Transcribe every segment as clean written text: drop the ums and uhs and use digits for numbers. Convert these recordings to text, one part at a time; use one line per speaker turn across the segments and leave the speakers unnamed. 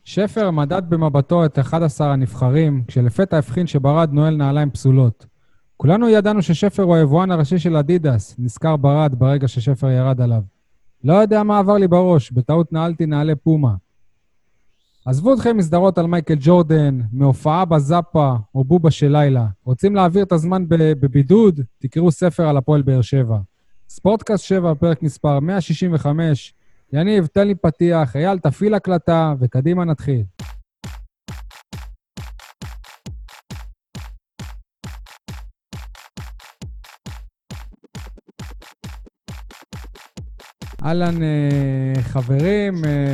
שפר מדד במבטו את 11 הנבחרים, כשלפתע הבחין שברד נועל נעליים פסולות. כולנו ידענו ששפר הוא היבואן הראשי של אדידס, נזכר ברד ברגע ששפר ירד עליו. לא יודע מה עבר לי בראש, בטעות נעלתי נעלי פומה. עזבו אתכם מסדרות על מייקל ג'ורדן, מהופעה בזאפה או בובה של לילה. רוצים להעביר את הזמן בבידוד? תקראו ספר על הפועל באר שבע. ספורטקאסט 7, פרק מספר 165. יניב, תן לי פתיח, אייל, תפעיל הקלטה, וקדימה נתחיל. אהלן, חברים,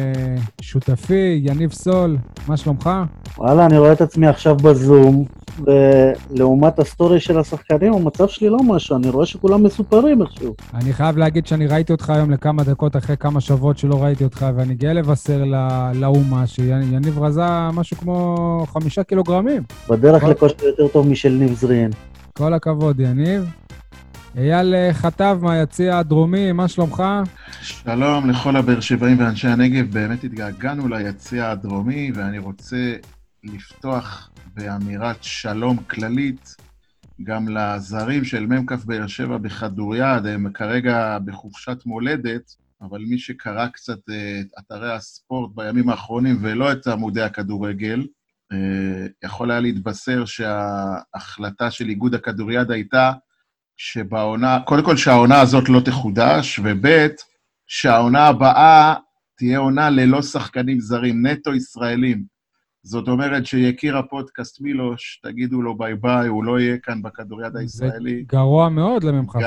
שותפי, יניב סול, מה שלומך?
וואלה, אני רואה את עצמי עכשיו בזום, ולעומת הסטורי של השחקנים, המצב שלי לא משהו, אני רואה שכולם מסופרים איכשהו.
אני חייב להגיד שאני ראיתי אותך היום לכמה דקות אחרי כמה שבועות שלא ראיתי אותך, ואני גאה לבשר לאומה שיניב רזה משהו כמו 5 קילוגרמים.
בדרך לכושר יותר טוב משל ניב זריאן.
כל הכבוד, יניב. אייל חטב מהיציע הדרומי, מה שלומך?
שלום לכל הבאר שבעים ואנשי הנגב, באמת התגעגענו ליציע הדרומי, ואני רוצה לפתוח באמירת שלום כללית גם לזרים של ממקף באר שבע בכדוריד. הם כרגע בחופשת מולדת, אבל מי שקרא קצת את אתרי הספורט בימים האחרונים ולא את עמודי הכדורגל, יכול היה להתבשר שההחלטה של איגוד הכדוריד הייתה שבעונה, קודם כל שהעונה הזאת לא תחודש, וב' שהעונה הבאה תהיה עונה ללא שחקנים זרים, נטו ישראלים. זאת אומרת שיקיר הפודקאסט מילוש, תגידו לו ביי ביי, הוא לא יהיה כאן בכדוריד הישראלי.
זה גרוע מאוד לממך.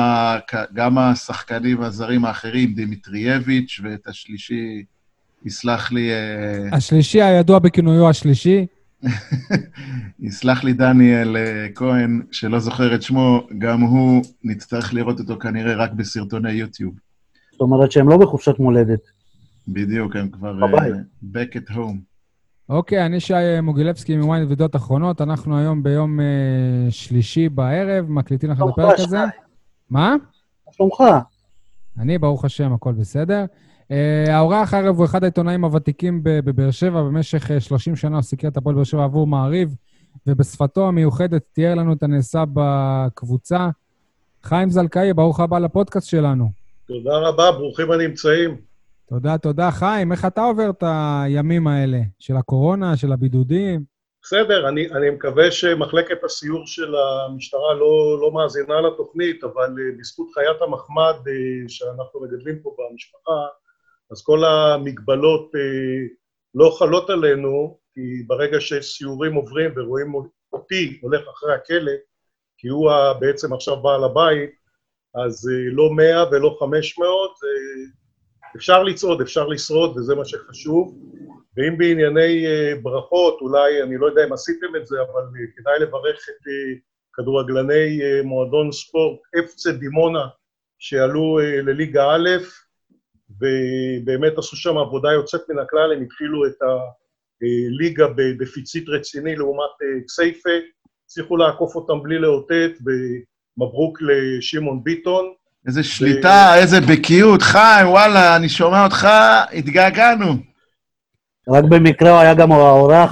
גם השחקנים הזרים האחרים, דימיטריאביץ' ואת השלישי, יסלח לי...
השלישי הידוע בכינויו השלישי.
יסלח לי דניאל כהן, שלא זוכר את שמו, גם הוא נצטרך לראות אותו כנראה רק בסרטוני יוטיוב.
זאת אומרת שהם לא בחופשת מולדת.
בדיוק, הם כבר back at home.
אוקיי, אני שי מוגילבסקי מוויינט וידיעות אחרונות, אנחנו היום ביום שלישי בערב, מקליטים לך את הפרק הזה. מה?
שלומך.
אני, ברוך השם, הכל בסדר. האורח הערב הוא אחד העיתונאים הוותיקים בבאר שבע, במשך 30 שנה הוא סיקר את הפועל באר שבע עבור מעריב, ובשפתו המיוחדת תיאר לנו את הנעשה בקבוצה. חיים זלקאי, ברוך הבא לפודקאסט שלנו.
תודה רבה, ברוכים הנמצאים.
תודה. חיים, איך אתה עובר את הימים האלה? של הקורונה, של הבידודים?
בסדר, אני מקווה שמחלקת הסיור של המשטרה לא מאזינה לתוכנית, אבל בזכות חיית המחמד שאנחנו מגדלים פה במשפחה, אז כל המגבלות לא חלות עלינו, כי ברגע שסיורים עוברים ורואים אותי הולך אחרי הכלב, כי הוא בעצם עכשיו בעל הבית, אז לא 100 ולא 500, אפשר לצעוד, אפשר לשרוד, וזה מה שחשוב. ואם בענייני ברכות, אולי, אני לא יודע אם עשיתם את זה, אבל כדאי לברך את כדורגלני מועדון ספורט אפצה דימונה, שעלו לליגה א', ובאמת עשו שם עבודה יוצאת מן הכלל, הם התחילו את הליגה בדפיציט רציני לעומת כסייפה, הצליחו לעקוף אותם בלי לאותת, ומברוק לשמעון ביטון.
איזה שליטה, איזה בקיאות, חיים, וואלה, אני שומע אותך, התגעגענו.
רק במקרה הוא היה גם האורח.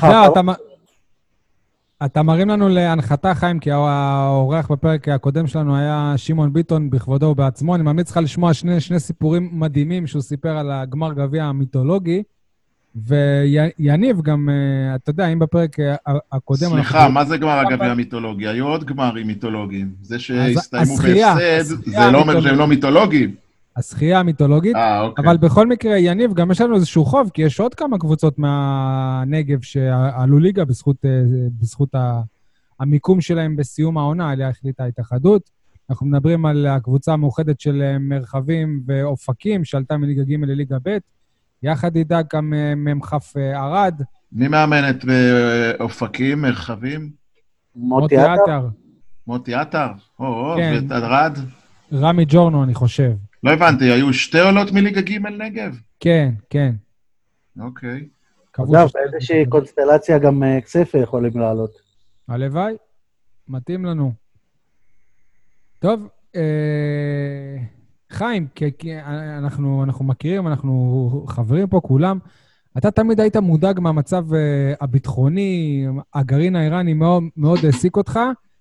אתה מרים לנו להנחתה, חיים, כי האורח בפרק הקודם שלנו היה שמעון ביטון בכבודו ובעצמו. אני ממליץ לך לשמוע שני סיפורים מדהימים שהוא סיפר על הגמר גביע המיתולוגי, ויניב גם, אתה יודע, אם בפרק הקודם...
סליחה, מה זה גמר הגביע המיתולוגי? היו עוד גמרים מיתולוגיים. זה שהסתיימו בהפסד, זה לא אומר שהם לא מיתולוגיים.
השחייה המיתולוגית, אבל בכל מקרה, יניב, גם יש לנו איזשהו חוב, כי יש עוד כמה קבוצות מהנגב שעלו ליגה בזכות המיקום שלהם בסיום העונה, עליה החליטה ההתאחדות. אנחנו מדברים על הקבוצה המאוחדת של מרחבים ואופקים, שעלתה מליגה ג' לליגה ב', יחד איתה גם ממחף ערד.
מי מאמנת באופקים, מרחבים?
מוטי עטר.
מוטי עטר? ואת ערד?
רמי ג'ורנו, אני חושב.
לא הבנתי, היו 2 עולות מליגה ג' נגב?
כן.
אוקיי.
אגב, באיזושהי קונסטלציה גם כסייפה יכולים לעלות.
הלוואי, מתאים לנו. טוב, חיים, כי אנחנו מכירים, אנחנו חברים פה כולם, אתה תמיד היית מודאג מהמצב הביטחוני, הגרעין האיראני מאוד, מאוד העסיק אותך,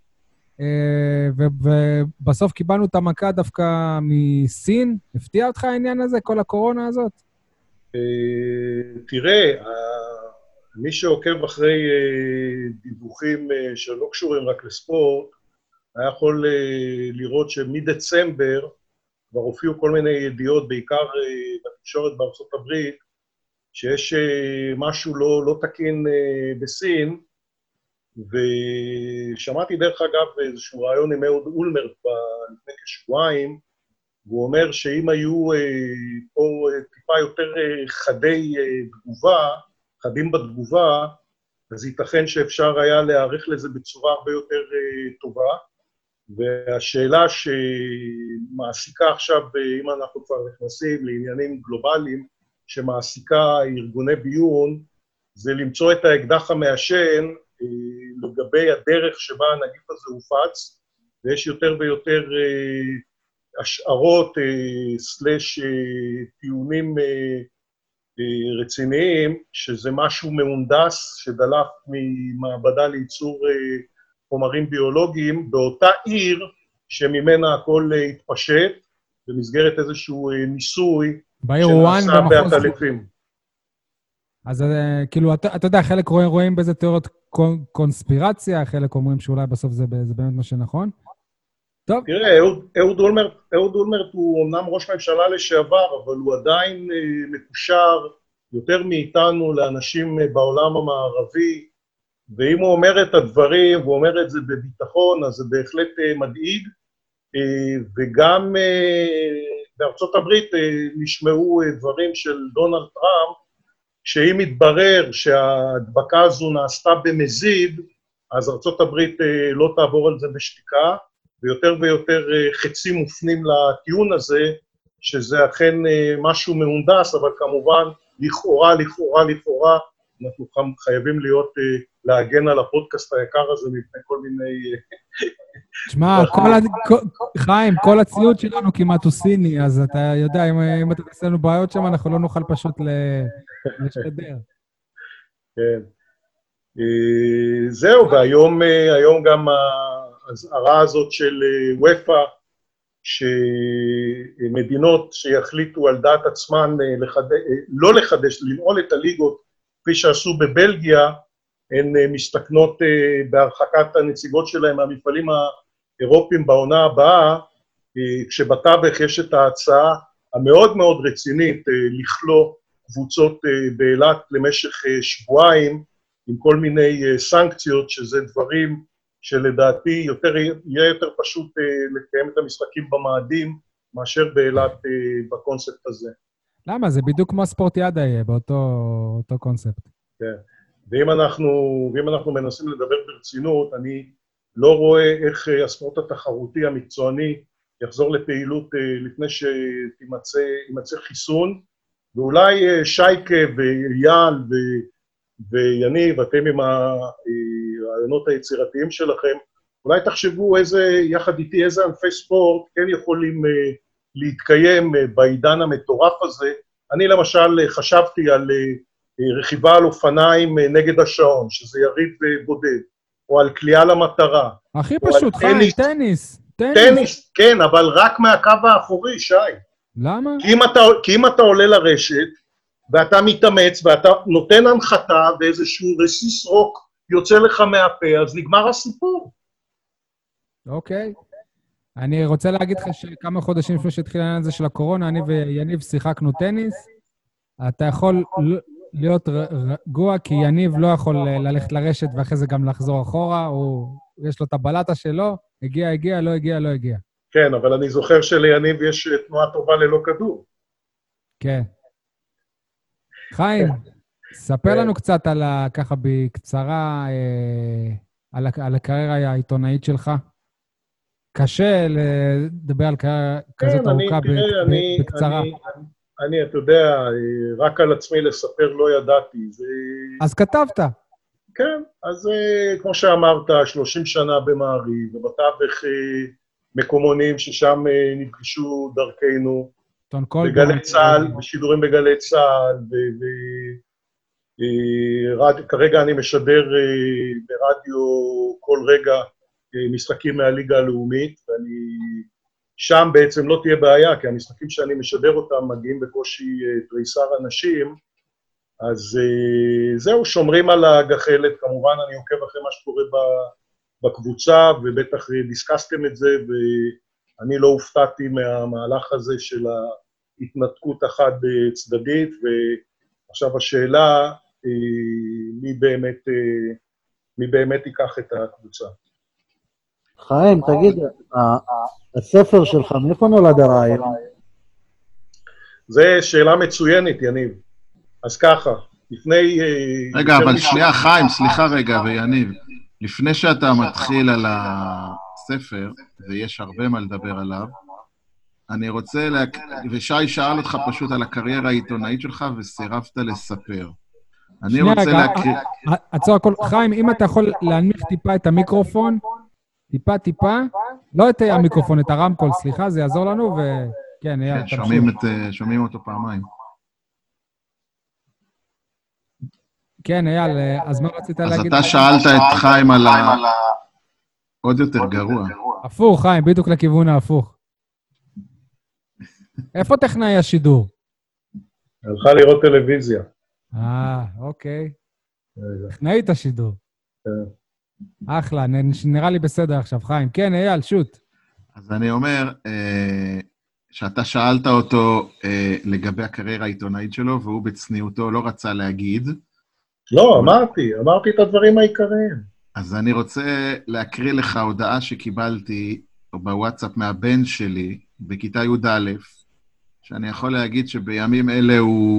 ובסוף קיבלנו את המכה דווקא מסין. הפתיע אותך העניין הזה, כל הקורונה הזאת?
תראה, מי שעוקב אחרי דיווחים שלא קשורים רק לספורט, היה יכול לראות שמדצמבר כבר הופיעו כל מיני ידיעות, בעיקר בתקשורת בארצות הברית, שיש משהו לא תקין בסין, ושמעתי דרך אגב איזשהו רעיון עם אהוד אולמרט לפני כשבועיים, והוא אומר שאם היו פה טיפה יותר חדים בתגובה, אז ייתכן שאפשר היה להיערך לזה בצורה הרבה יותר טובה, והשאלה שמעסיקה עכשיו, אם אנחנו כבר נכנסים לעניינים גלובליים, שמעסיקה ארגוני ביון, זה למצוא את האקדח המעשן לגבי הדרך שבה הנגיף הזה הופץ, ויש יותר ויותר השערות סלש טיעונים רציניים, שזה משהו מהונדס שדלף ממעבדה לייצור חומרים ביולוגיים, באותה עיר שממנה הכל התפשט, במסגרת איזשהו ניסוי שנעשה בעטלפים.
אז כאילו, אתה יודע, חלק רואים בזה תיאוריות קונספירציה, חלק אומרים שאולי בסוף זה באמת מה שנכון. טוב.
תראה, אהוד אולמרט הוא אומנם ראש ממשלה לשעבר, אבל הוא עדיין מקושר יותר מאיתנו לאנשים בעולם המערבי, ואם הוא אומר את הדברים, והוא אומר את זה בביטחון, אז זה בהחלט מדאיג, וגם בארצות הברית נשמעו דברים של דונלד טראמפ, שאם יתברר שההדבקה הזו נעשתה במזיד, אז ארצות הברית לא תעבור על זה בשתיקה, ויותר ויותר חצים מופנים לטיעון הזה, שזה אכן משהו מהונדס, אבל כמובן, לכאורה, אנחנו חייבים להגן על הפודקאסט היקר הזה מפני כל מיני...
תשמע, חיים, כל הציוד שלנו כמעט הוא סיני, אז אתה יודע, אם אתה תעשה לנו בעיות שם, אנחנו לא נוכל פשוט לשדר.
כן. זהו, והיום גם ההזהרה הזאת של ופא, שמדינות שיחליטו על דעת עצמן לא לחדש, לנעול את הליגות, כפי שעשו בבלגיה, הן מסתכנות בהרחקת הנציגות שלהם מהמפעלים האירופיים בעונה הבאה, כשבתווך יש את ההצעה המאוד מאוד רצינית לכלוא קבוצות באילת למשך שבועיים, עם כל מיני סנקציות, שזה דברים שלדעתי יהיה יותר פשוט לקיים את המשחקים במאדים, מאשר באילת בקונספט הזה.
למה? זה בדיוק כמו הספורטיאדה יהיה, באותו קונספט.
כן. ואם אנחנו מנסים לדבר ברצינות, אני לא רואה איך הספורט התחרותי המקצועני יחזור לפעילות לפני שימצא חיסון, ואולי שייקה ואייל ויניב, אתם עם הרעיונות היצירתיים שלכם, אולי תחשבו יחד איתי איזה ענפי ספורט כן יכולים להתקיים בעידן המטורף הזה. אני למשל חשבתי על רכיבה על אופניים נגד השעון, שזה יריב בודד, או על קליעה למטרה.
הכי פשוט, חיים, טניס.
טניס, כן, אבל רק מהקו האחורי, שי.
למה?
כי אם אתה עולה לרשת, ואתה מתאמץ, ואתה נותן הנחתה, ואיזשהו רסיס רוק יוצא לך מהפה, אז נגמר הסיפור.
אוקיי. אני רוצה להגיד לך שכמה חודשים לפני שהתחיל העניין הזה של הקורונה, אני ויניב שיחקנו טניס. אתה יכול להיות רגוע, כי יניב לא יכול ללכת לרשת ואחרי זה גם לחזור אחורה, יש לו את הבלטה שלו, הגיע, לא הגיע.
כן, אבל אני זוכר שליניב יש תנועה טובה ללא כדור.
כן. חיים, ספר לנו קצת ככה בקצרה, על הקריירה העיתונאית שלך. קשה לדבר על קריירה כזאת ארוכה בקצרה.
אתה יודע, רק על עצמי לספר לא ידעתי.
אז כתבת.
כן, אז כמו שאמרת, 30 שנה במעריב, ובתווך מקומונים ששם נפגשו דרכנו, בגלי צה"ל, בשידורים בגלי צה"ל, כרגע אני משדר ברדיו כל רגע משחקים מהליגה הלאומית, ואני שם בעצם לא תהיה בעיה, כי המשחקים שאני משדר אותם מגיעים בקושי תריסר אנשים, אז זהו, שומרים על הגחלת, כמובן אני עוקב אחרי מה שקורה בקבוצה, ובטח דיסקסתם את זה, ואני לא הופתעתי מהמהלך הזה של ההתנתקות החד צדדית, ועכשיו השאלה, מי באמת ייקח את הקבוצה.
חיים, תגיד, הספר שלך, מאיפה נולד הרעיון?
זו שאלה מצוינת, יניב. אז ככה, לפני...
רגע, אבל שנייה, חיים, סליחה רגע, ויניב, לפני שאתה מתחיל על הספר, ויש הרבה מה לדבר עליו, אני רוצה, ושי שאל אותך פשוט על הקריירה העיתונאית שלך, וסירבת לספר. אני רוצה להקריא...
עצור הכל, חיים, אם אתה יכול להנמיך טיפה את המיקרופון, טיפה, לא את המיקרופון, את הרמקול, סליחה, זה יעזור לנו, וכן, אייל,
שומעים אותו פעמיים.
כן, אייל, אז מה רצית להגיד?
אז אתה שאלת את חיים על עוד יותר גרוע.
הפוך, חיים, בדיוק לכיוון ההפוך. איפה טכנאי השידור?
הלכה לראות טלוויזיה.
אוקיי. טכנאית השידור. אחלה, נראה לי בסדר עכשיו, חיים. כן, אייל, שוט.
אז אני אומר שאתה שאלת אותו לגבי הקריירה העיתונאית שלו, והוא בצניעותו לא רצה להגיד.
לא, אמרתי את הדברים העיקריים.
אז אני רוצה להקריא לך הודעה שקיבלתי בוואטסאפ מהבן שלי, בכיתה י"א, שאני יכול להגיד שבימים אלה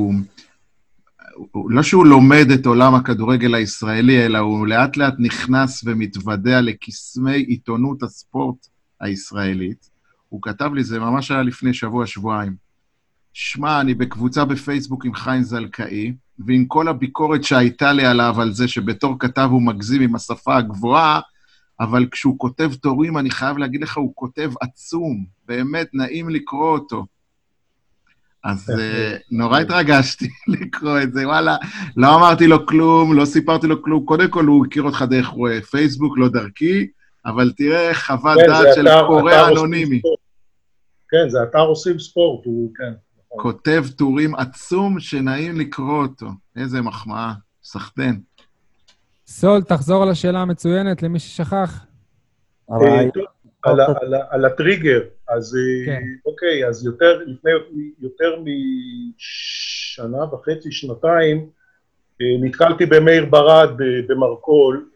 לא שהוא לומד את עולם הכדורגל הישראלי, אלא הוא לאט לאט נכנס ומתוודע לקסמי עיתונות הספורט הישראלית. הוא כתב לי, זה ממש היה לפני שבוע-שבועיים. שמע, אני בקבוצה בפייסבוק עם חיים זלקאי, ועם כל הביקורת שהייתה לי עליו על זה שבתור כתב הוא מגזים עם השפה הגבוהה, אבל כשהוא כותב תורים, אני חייב להגיד לך, הוא כותב עצום. באמת נעים לקרוא אותו. אז נורא התרגשתי לקרוא את זה, וואלה, לא אמרתי לו כלום, לא סיפרתי לו כלום, קודם כל הוא הכיר אותך דרך פייסבוק, לא דרכי, אבל תראה חוות דעת של קורא אנונימי.
כן, זה אתר עושים ספורט, הוא כן.
כותב טורים עצום שנעים לקרוא אותו, איזה מחמאה, סחטן.
סול, תחזור על השאלה המצוינת למי ששכח.
על הטריגר, אז אוקיי, אז לפני יותר משנה וחצי, שנתיים, נתקלתי במאיר ברד במרקול,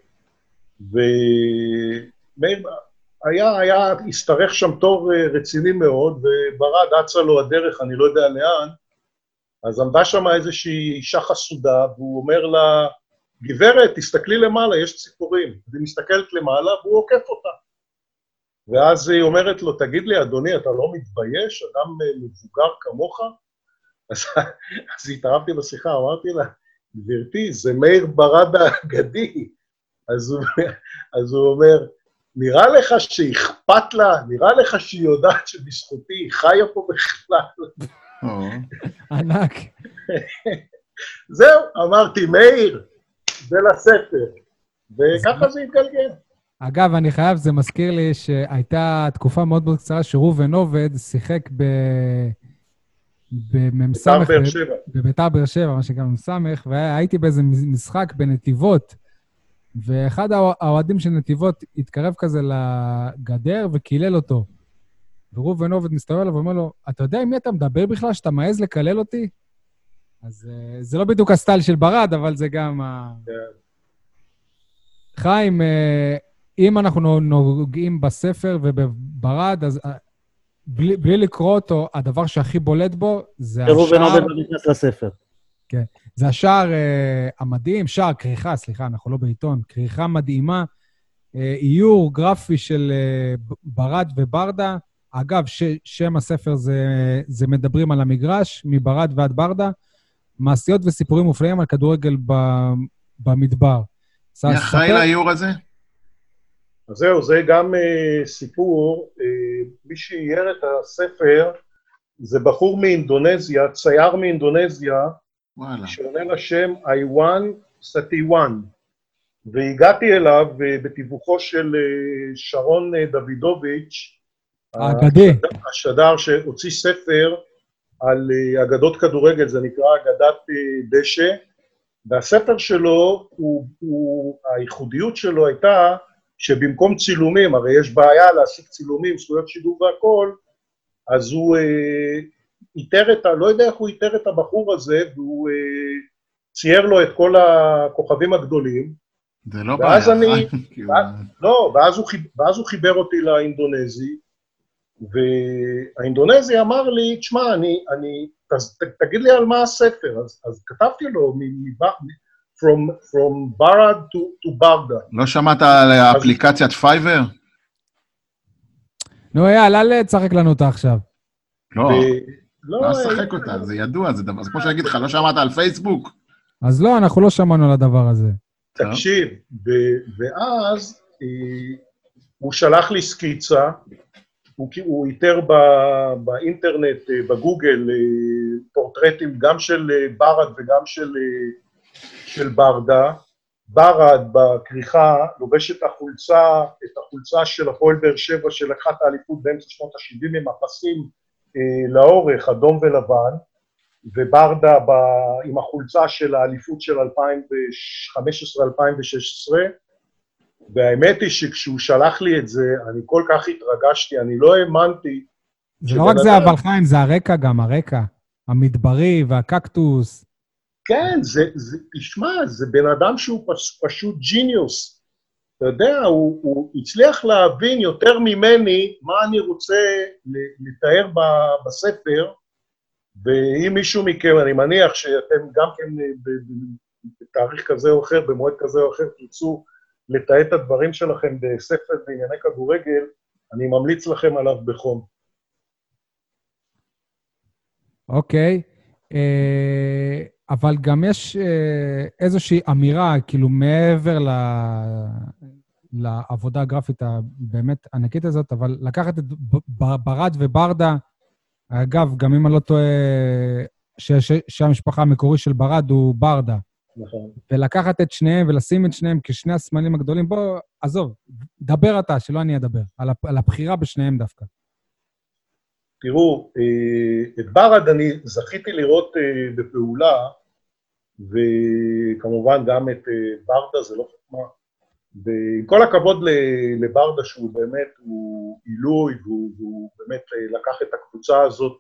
ומאיר הסתרך שם תור רציני מאוד, וברד אצה לו הדרך, אני לא יודע לאן, אז עמדה שם איזושהי אישה חסודה, והוא אומר לה, גברת, תסתכלי למעלה, יש ציפורים. היא מסתכלת למעלה, והוא עוקף אותה. ואז היא אומרת לו, תגיד לי, אדוני, אתה לא מתבייש? אדם מבוגר כמוך? אז התערבתי בשיחה, אמרתי לה, גברתי, זה מאיר ברד האגדי. אז הוא אומר, נראה לך שאכפת לה, נראה לך שהיא יודעת שבזכותי היא חיה פה בכלל.
ענק.
זהו, אמרתי, מאיר, זה לספר. וככה זה התגלגל.
אגב, אני חייב, זה מזכיר לי שהייתה תקופה מאוד מאוד קצרה שרובן עובד שיחק בממסמך, בביתר באר שבע, מה שגם ממסמך, והייתי באיזה משחק בנתיבות, ואחד האוהדים של נתיבות התקרב כזה לגדר וקילל אותו. ורובן עובד מסתובב אליו ואומר לו, אתה יודע עם מי אתה מדבר בכלל, שאתה מעז לקלל אותי? אז זה לא בדיוק הסטייל של ברד, אבל זה גם... חיים, אם אנחנו נוגעים בספר ובברד, אז בלי לקרוא אותו, הדבר שהכי בולט בו, זה השער...
רובן עובד לא נכנס לספר.
כן, זה השער המדהים, שער כריכה, סליחה, אנחנו לא בעיתון, כריכה מדהימה, איור גרפי של ברד וברדה, אגב, שם הספר זה מדברים על המגרש, מברד ועד ברדה, מעשיות וסיפורים מופלאים על כדורגל במדבר.
מי אחראי לאיור הזה?
אז זהו, זה גם סיפור, מי שאייר את הספר, זה בחור מאינדונזיה, צייר מאינדונזיה,
וואלה.
שעונה לשם איואן סטיואן, והגעתי אליו בתיווכו של שרון דוידוביץ',
האגדי.
השדר שהוציא ספר על אגדות כדורגל, זה נקרא אגדת דשא, והספר שלו, הייחודיות שלו הייתה שבמקום צילומים, הרי יש בעיה להשיג צילומים, זכויות שידור והכל, אז הוא לא יודע איך הוא איתר את הבחור הזה, והוא צייר לו את כל הכוכבים הגדולים.
זה לא בעיה,
לא, ואז הוא חיבר אותי לאינדונזי, והאינדונזי אמר לי, תשמע, תגיד לי על מה הספר, אז כתבתי לו, from Barad to Barda.
לא שמעת על אפליקציית פייבר?
נו, אל תשחק לנו אותה עכשיו.
לא שחק אותה, זה ידוע, זה דבר, זה כמו שאני אגיד לך, לא שמעת על פייסבוק?
אז לא, אנחנו לא שמענו על הדבר הזה.
תקשיב, ואז הוא שלח לי סקיצה, הוא איתר באינטרנט, בגוגל, פורטרטים גם של ברד וגם של ברדה. ברד בכריכה לובש את החולצה של הפועל באר שבע שלקחה את האליפות באמצע שנות ה-70 עם הפסים לאורך, אדום ולבן, וברדה עם החולצה של האליפות של 2015-2016, והאמת היא שכשהוא שלח לי את זה, אני כל כך התרגשתי, אני לא האמנתי.
זה לא רק זה, אבל חיים, זה הרקע גם, הרקע, המדברי והקקטוס.
כן, תשמע, זה בן אדם שהוא פשוט ג'יניוס. אתה יודע, הוא הצליח להבין יותר ממני מה אני רוצה לתאר בספר, ואם מישהו מכם, אני מניח שאתם גם כן בתאריך כזה או אחר, במועד כזה או אחר, תרצו לתאר את הדברים שלכם בספר בענייני כדורגל, אני ממליץ לכם עליו בחום.
אוקיי, אבל גם יש איזושהי אמירה, כאילו מעבר לעבודה הגרפית הבאמת ענקית הזאת, אבל לקחת את ברד וברדה, אגב, גם אם אני לא טועה שהמשפחה המקורי של ברד הוא ברדה.
נכון.
ולקחת את שניהם ולשים את שניהם כשני הסמלים הגדולים, בוא, עזוב, דבר אתה, שלא אני אדבר, על הבחירה בשניהם דווקא.
תראו, את ברד אני זכיתי לראות בפעולה, וכמובן גם את ברדה, זה לא חוכמה. ועם כל הכבוד לברדה שהוא באמת, הוא עילוי, והוא באמת לקח את הקבוצה הזאת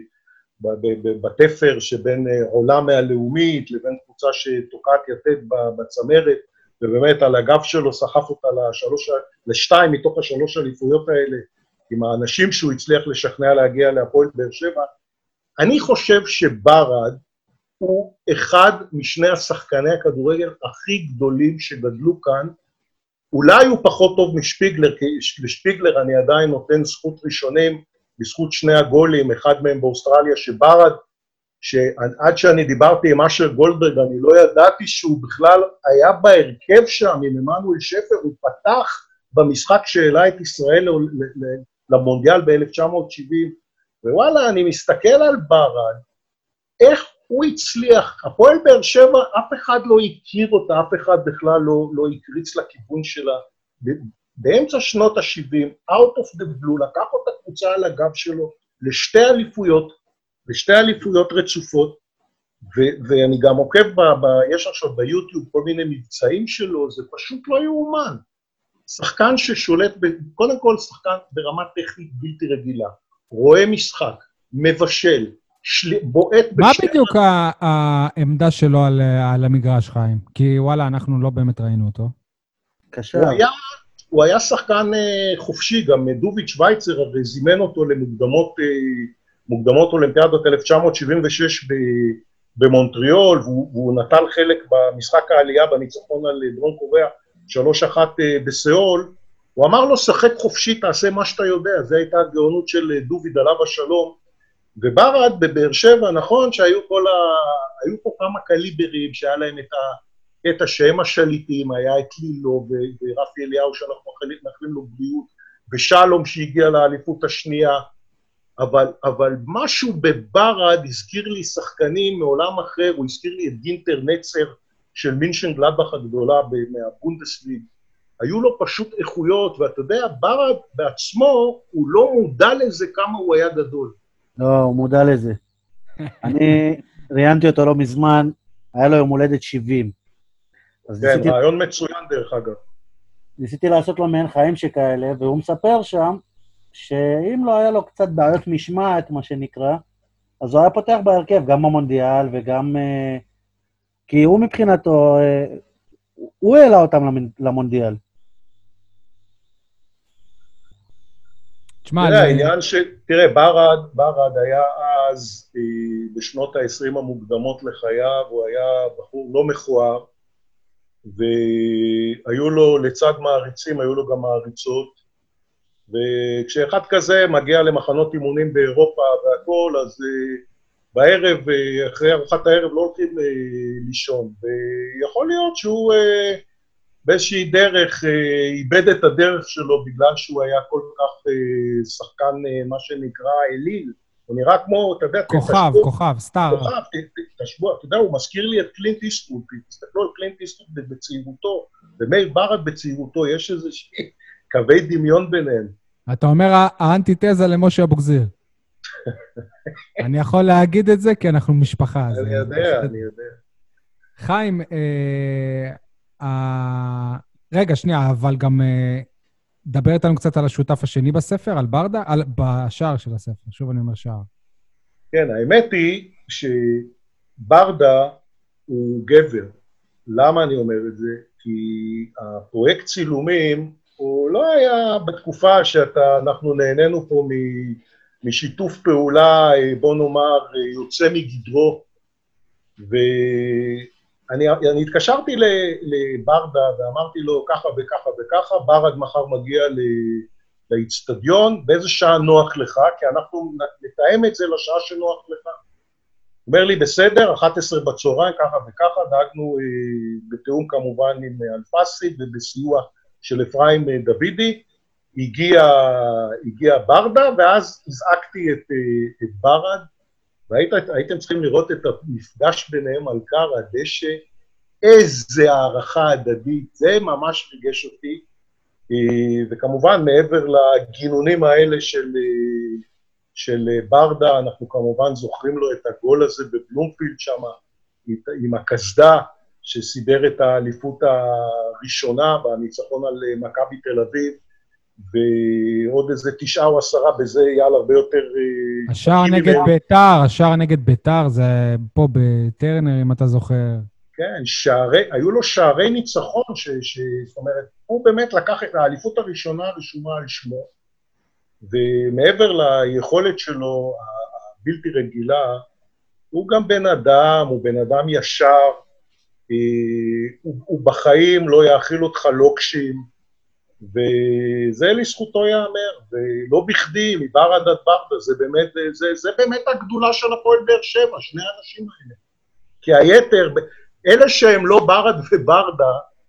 בתפר שבין עולה מהלאומית לבין קבוצה שתוקעת יתד בצמרת, ובאמת על הגב שלו סחף אותה לשתיים מתוך השלוש אליפויות האלה, עם האנשים שהוא הצליח לשכנע להגיע להפועל באר שבע. אני חושב שברד הוא אחד משני השחקני הכדורגל הכי גדולים שגדלו כאן, אולי הוא פחות טוב משפיגלר, כי לשפיגלר אני עדיין נותן זכות ראשונים, בזכות שני הגולים, אחד מהם באוסטרליה, שברד, שעד שאני דיברתי עם אשר גולדברג, אני לא ידעתי שהוא בכלל היה בהרכב שם, עם עמנואל שפר, הוא פתח במשחק שהעלה את ישראל למונדיאל ב-1970, ווואלה, אני מסתכל על ברד, איך הוא הצליח, הפועל באר שבע, אף אחד לא הכיר אותה, אף אחד בכלל לא הקריץ לכיוון שלה, באמצע שנות ה-70, out of the blue, לקח אותה קבוצה על הגב שלו, לשתי אליפויות רצופות, ואני גם עוקב, יש עכשיו ביוטיוב כל מיני מבצעים שלו, זה פשוט לא יאומן. שחקן ששולט, קודם כל שחקן ברמה טכנית בלתי רגילה, רואה משחק, מבשל, בועט
מה בדיוק העמדה שלו על המגרש, חיים? כי וואלה, אנחנו לא באמת ראינו אותו.
קשה.
הוא היה שחקן חופשי, גם דוביץ' שוויצר הרי זימן אותו למוקדמות אולימפיאדות 1976 במונטריאול, והוא נטל חלק במשחק העלייה בניצחון על דרום קוריאה, 3-1 בסיאול. הוא אמר לו, שחק חופשי, תעשה מה שאתה יודע, זו הייתה הגאונות של דוביד עליו השלום, וברד בבאר שבע, נכון שהיו פה כמה קליברים שהיה להם את השם השליטים, היה את לילו ורפי אליהו שאנחנו מאחלים לו בריאות, ושלום שהגיע לאליפות השנייה, אבל משהו בברד הזכיר לי שחקנים מעולם אחר, הוא הזכיר לי את גינטר נצר של מינשן גלדבך הגדולה מהבונדסליג. היו לו פשוט איכויות, ואתה יודע, ברד בעצמו, הוא לא מודע לזה כמה הוא היה גדול.
לא, הוא מודע לזה. אני ראיינתי אותו לא מזמן, היה לו יום הולדת 70.
כן, רעיון מצוין דרך אגב.
ניסיתי לעשות לו מעין חיים שכאלה, והוא מספר שם, שאם לא היה לו קצת בעיות משמעת, מה שנקרא, אז הוא היה פותח בהרכב, גם במונדיאל וגם... כי הוא מבחינתו, הוא העלה אותם למונדיאל.
תשמע,
העניין תראה, ברד היה אז, בשנות ה-20 המוקדמות לחייו, הוא היה בחור לא מכוער, והיו לו, לצד מעריצים, היו לו גם מעריצות, וכשאחד כזה מגיע למחנות אימונים באירופה והכל, אז בערב, אחרי ארוחת הערב, לא הולכים לישון, ויכול להיות שהוא באיזושהי דרך איבד את הדרך שלו, בגלל שהוא היה כל כך שחקן, מה שנקרא, אליל. הוא נראה כמו, אתה יודע,
כוכב, סטאר.
כוכב, תשבוע, אתה יודע, הוא מזכיר לי את קלינט איסטווד, תסתכלו על קלינט איסטווד בצעירותו, ומאיר ברד בצעירותו, יש איזושהי קווי דמיון ביניהם.
אתה אומר האנטיתזה למשה אבוגזיר. אני יכול להגיד את זה כי אנחנו משפחה.
אני יודע.
חיים, רגע, שנייה, אבל גם דבר איתנו קצת על השותף השני בספר, על ברדה, בשער של הספר, שוב אני אומר שער.
כן, האמת היא שברדה הוא גבר. למה אני אומר את זה? כי הפרויקט צילומים, הוא לא היה בתקופה שאנחנו נהנינו פה משיתוף פעולה, בוא נאמר, יוצא מגדרו, ואני התקשרתי לברדה ואמרתי לו ככה וככה וככה, ברד מחר מגיע לאצטדיון, באיזה שעה נוח לך, כי אנחנו נתאם את זה לשעה שנוח לך. הוא אומר לי, בסדר, 11 בצהריים, ככה וככה, דאגנו בתיאום כמובן עם אלפסי ובסיוע של אפרים דוידי, הגיע ברדה, ואז הזעקתי את ברד, והייתם צריכים לראות את המפגש ביניהם על קר הדשא, איזה הערכה הדדית, זה ממש ריגש אותי, וכמובן מעבר לגינונים האלה של ברדה, אנחנו כמובן זוכרים לו את הגול הזה בבלומפילד שם, עם הקסדה, שסידר את האליפות הראשונה בניצחון על מכבי תל אביב, ועוד איזה 9 או 10 בזה יעל הרבה יותר...
השער נגד ביתר, זה פה בטרנר, אם אתה זוכר.
כן, היו לו שערי ניצחון, זאת אומרת, הוא באמת לקח את האליפות הראשונה הרשומה על שמו, ומעבר ליכולת שלו, הבלתי רגילה, הוא גם בן אדם, הוא בן אדם ישר, הוא בחיים לא יאכיל אותך לוקשים, וזה לזכותו יאמר, ולא בכדי, מברד עד ברדה, זה באמת הגדולה של הפועל באר שבע, שני האנשים האלה. כי היתר, אלה שהם לא ברד וברדה,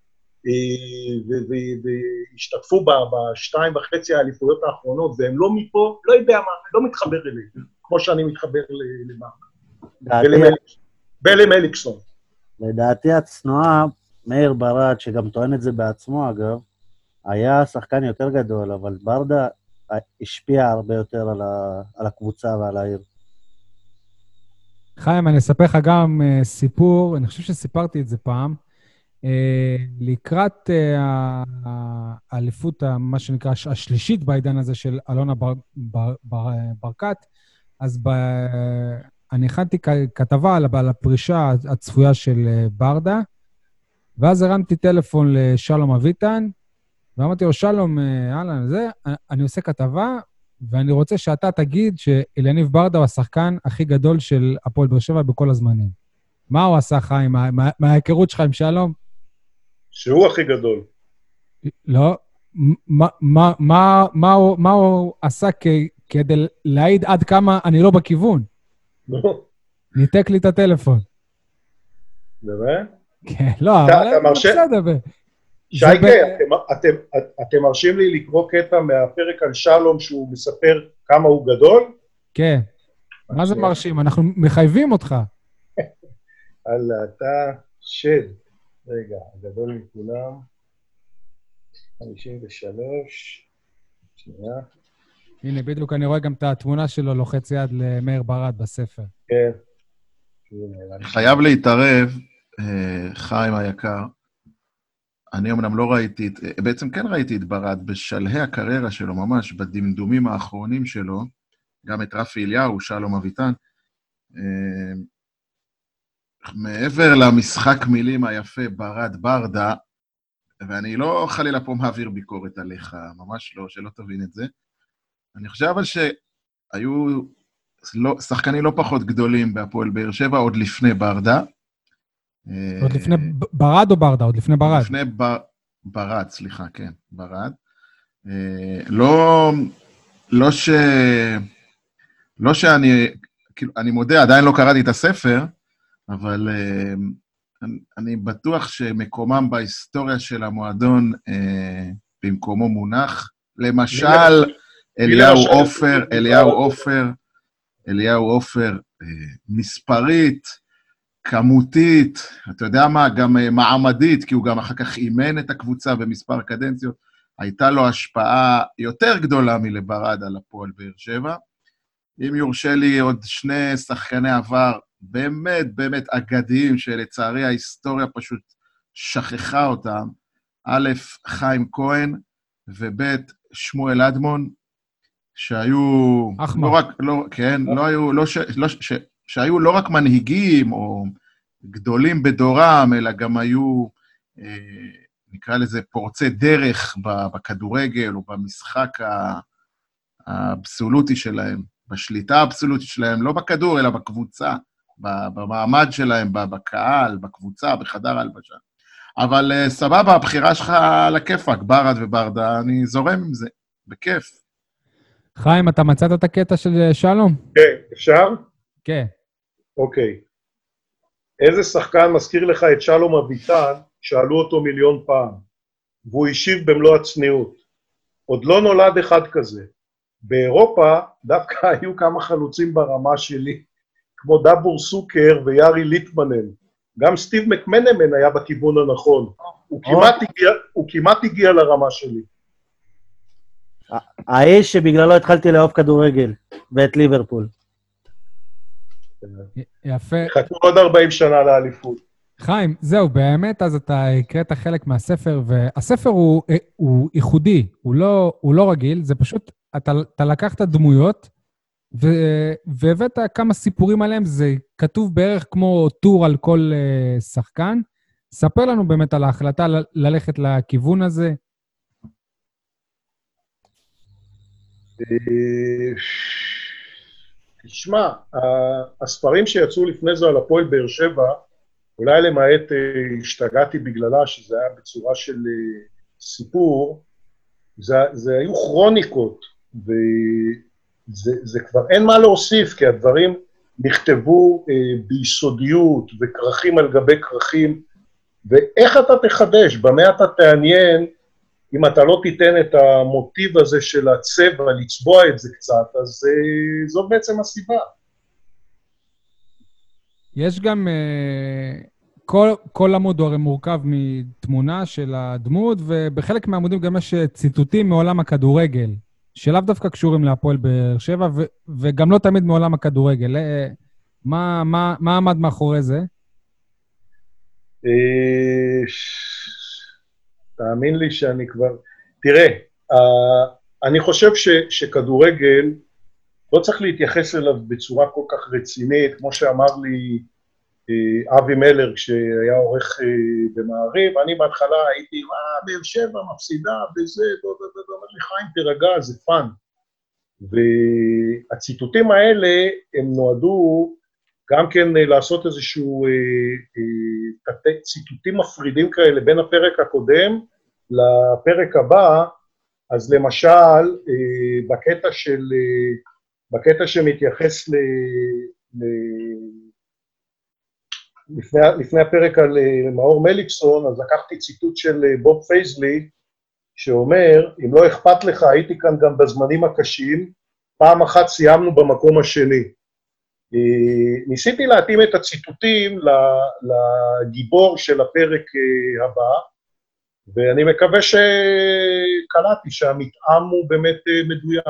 והשתתפו ב2.5 האליפויות האחרונות, והם לא מפה, לא יודע מה, לא מתחבר אליהם, כמו שאני מתחבר לברדה. ולמליקסון.
לדעתי הצנועה, מאיר ברד, שגם טוען את זה בעצמו אגב, היה שחקן יותר גדול, אבל ברדה השפיע הרבה יותר על הקבוצה ועל העיר.
חיים, אני אספר לך גם סיפור, אני חושב שסיפרתי את זה פעם, לקראת האליפות, מה שנקרא, השלישית בעידן הזה של אלונה ברקת, אז אני הכנתי כתבה על הפרישה הצפויה של ברדה, ואז הרמתי טלפון לשלום אביטן, ואמרתי לו, שלום, אהלן, אני עושה כתבה, ואני רוצה שאתה תגיד שאליניב ברדה הוא השחקן הכי גדול של הפועל באר שבע בכל הזמנים. מה הוא עשה, חיים? מההיכרות שלך עם שלום?
שהוא הכי גדול.
לא. מה הוא עשה כדי להעיד עד כמה אני לא בכיוון?
לא.
ניתק לי את הטלפון.
באמת?
כן, לא, אבל בסדר.
שייקה, אתם מרשים לי לקרוא קטע מהפרק על שלום שהוא מספר כמה הוא גדול?
כן. מה זה מרשים? אנחנו מחייבים אותך.
אללה, אתה שד. רגע, הגדול מכולם. 53. שנייה.
הנה, בדיוק אני רואה גם את התמונה שלו, לוחץ יד למאיר ברד בספר.
כן.
חייב להתערב, חיים היקר. אני אמנם לא ראיתי, בעצם כן ראיתי את ברד בשלהי הקריירה שלו, ממש בדמדומים האחרונים שלו, גם את רפי אליהו, שלום אביטן. מעבר למשחק מילים היפה ברד ברדה, ואני לא חלילה פה מעביר ביקורת עליך, ממש לא, שלא תבין את זה. אני חושב אבל שהיו שחקנים לא פחות גדולים בהפועל באר שבע, עוד לפני ברדה.
עוד לפני ברד או ברדה? עוד לפני ברד.
לפני ברד, סליחה, כן, ברד. לא שאני, כאילו, אני מודה, עדיין לא קראתי את הספר, אבל אני בטוח שמקומם בהיסטוריה של המועדון במקומו מונח. למשל, אליהו עופר, מספרית, כמותית, אתה יודע מה, גם מעמדית, כי הוא גם אחר כך אימן את הקבוצה במספר קדנציות, הייתה לו השפעה יותר גדולה מלברד על הפועל באר שבע. אם יורשה לי עוד שני שחקני עבר, באמת, באמת אגדיים, שלצערי ההיסטוריה פשוט שכחה אותם, א', חיים כהן, וב', שמואל אדמון, שהיו לא רק, כן, שהיו לא רק מנהיגים או גדולים בדורם, אלא גם היו, נקרא לזה, פורצי דרך בכדורגל או במשחק האבסולוטי שלהם, בשליטה האבסולוטית שלהם, לא בכדור, אלא בקבוצה, במעמד שלהם, בקהל, בקבוצה, בחדר הלבשה. אבל סבבה, הבחירה שלך על הכיפק, ברד וברדה, אני זורם עם זה, בכיף.
חיים, אתה מצאת את הקטע של שלום?
כן, אפשר?
כן.
אוקיי. איזה שחקן מזכיר לך את שלום אביטן, שאלו אותו מיליון פעם, והוא השיב במלוא הצניעות. עוד לא נולד אחד כזה. באירופה דווקא היו כמה חלוצים ברמה שלי, כמו דבור סוקר ויארי ליטמנן. גם סטיב מקמנמן היה בכיוון הנכון. הוא כמעט הגיע לרמה שלי.
האיש שבגללו התחלתי לאהוב כדורגל, ואת ליברפול.
יפה.
חכו עוד 40 שנה לאליפות.
חיים, זהו, באמת, אז אתה הקראת חלק מהספר, והספר הוא ייחודי, הוא לא רגיל, זה פשוט, אתה לקחת דמויות, והבאת כמה סיפורים עליהם, זה כתוב בערך כמו טור על כל שחקן. ספר לנו באמת על ההחלטה ללכת לכיוון הזה.
תשמע, הספרים שיצאו לפני זה על הפועל באר שבע, אולי למעט השתגעתי בגללה, שזה היה בצורה של סיפור, זה היו כרוניקות, וזה כבר אין מה להוסיף, כי הדברים נכתבו ביסודיות, וכרכים על גבי כרכים, ואיך אתה תחדש, במה אתה תעניין, אם אתה לא תיתן את המוטיב הזה של הצבע, לצבוע את זה קצת, אז זו בעצם הסיבה.
יש גם, כל עמוד הוא הרי מורכב מתמונה של הדמות, ובחלק מהעמודים גם יש ציטוטים מעולם הכדורגל, שלאו דווקא קשורים להפועל באר שבע, וגם לא תמיד מעולם הכדורגל. מה עמד מאחורי זה?
תאמין לי שאני כבר... תראה, אני חושב שכדורגל לא צריך להתייחס אליו בצורה כל כך רצינית, כמו שאמר לי אבי מלר כשהיה עורך במעריב, אני בהתחלה הייתי, באר שבע מפסידה בזה, אומר לי חיים תרגע, זה פאן. והציטוטים האלה הם נועדו גם כן לעשות איזשהו ציטוטים מפרידים כאלה בין הפרק הקודם לפרק הבא. אז למשל, בקטע שמתייחס לפני הפרק על מאור מליקסון, אז לקחתי ציטוט של בוב פייזלי, שאומר, אם לא אכפת לך, הייתי כאן גם בזמנים הקשים, פעם אחת סיימנו במקום השני. ניסיתי להתאים את הציטוטים לגיבור של הפרק הבא, ואני מקווה שקלטתי שהמתאם הוא באמת מדויק.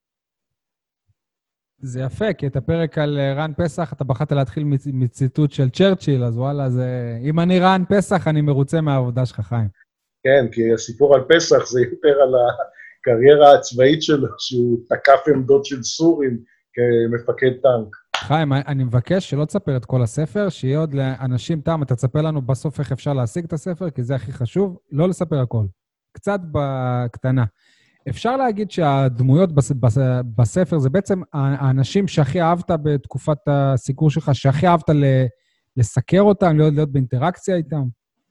זה יפה, כי את הפרק על רן פסח, אתה בחרת להתחיל מציטוט של צ'רצ'יל, אז וואלה, אם אני רן פסח, אני מרוצה מהעבודה שלך, חיים.
כן, כי הסיפור על פסח זה יותר על הקריירה הצבאית שלו, שהוא תקף עמדות של סורים כמפקד טנק.
חיים, אני מבקש שלא תספר את כל הספר, שיהיה עוד לאנשים טעם, אתה תספר לנו בסוף איך אפשר להשיג את הספר, כי זה הכי חשוב, לא לספר הכל. קצת בקטנה. אפשר להגיד שהדמויות בספר זה בעצם האנשים שהכי אהבת בתקופת הסיקור שלך, שהכי אהבת לסקר אותם, להיות באינטראקציה איתם?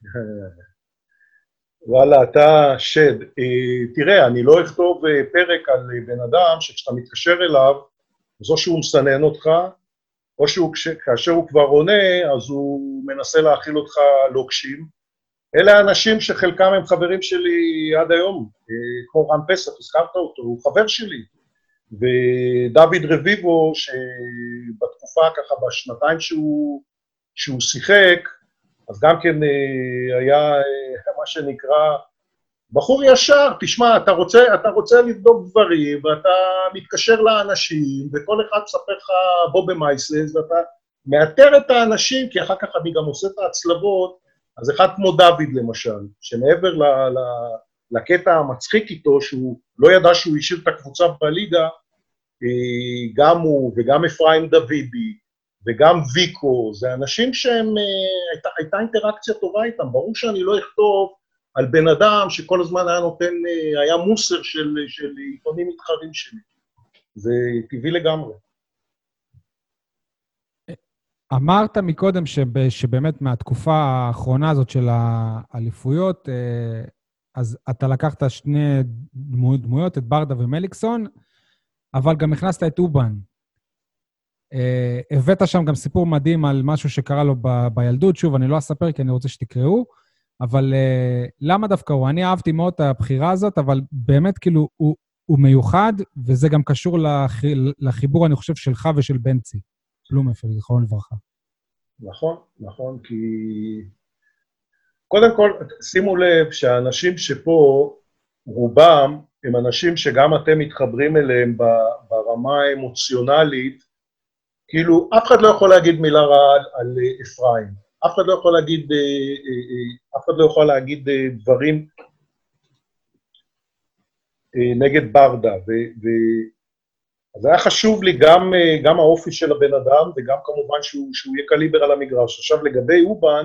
וואלה, אתה שד. תראה, אני לא אכתוב פרק על בן אדם שכשאתה מתקשר אליו, אז או שהוא מסנן אותך, או כאשר הוא כבר עונה, אז הוא מנסה להאכיל אותך לוקשים. אלה האנשים שחלקם הם חברים שלי עד היום, כמו רן פסח, הזכרת אותו, הוא חבר שלי. ודוד רביבו, שבתקופה ככה, בשנתיים שהוא שיחק, אז גם כן היה מה שנקרא, בחור ישר, תשמע, אתה רוצה לבדוק דברים, ואתה מתקשר לאנשים, וכל אחד מספר לך בו במייסס, ואתה מאתר את האנשים, כי אחר כך אני גם עושה את ההצלבות, אז אחד כמו דוד למשל, שמעבר לקטע המצחיק איתו, שהוא לא ידע שהוא השאיר את הקבוצה בליגה, גם הוא וגם אפרים דוידי, וגם ויקו, זה אנשים שהם, הייתה אינטראקציה טובה איתם, ברור שאני לא אכתוב על בן אדם שכל הזמן היה מוסר של עיתונים מתחרים שלי. זה טבעי לגמרי.
אמרת מקודם שבאמת מהתקופה האחרונה הזאת של האליפויות, אז אתה לקחת שני דמויות, את ברדה ומליקסון, אבל גם הכנסת את אובן. הבאת שם גם סיפור מדהים על משהו שקרה לו בילדות, שוב, אני לא אספר כי אני רוצה שתקראו, אבל למה דווקא הוא? אני אהבתי מאוד את הבחירה הזאת, אבל באמת כאילו הוא מיוחד, וזה גם קשור לחיבור, אני חושב, שלך ושל בנצי. פלומפר, זכרון לברכה.
נכון, כי קודם כל, שימו לב שהאנשים שפה, רובם, הם אנשים שגם אתם מתחברים אליהם ברמה האמוציונלית, כאילו, אף אחד לא יכול להגיד מילה רעה על אפרים, אף אחד לא יכול להגיד דברים נגד ברדה, אז היה חשוב לי גם האופי של הבן אדם, וגם כמובן שהוא יהיה קליבר על המגרש. עכשיו לגבי אובן,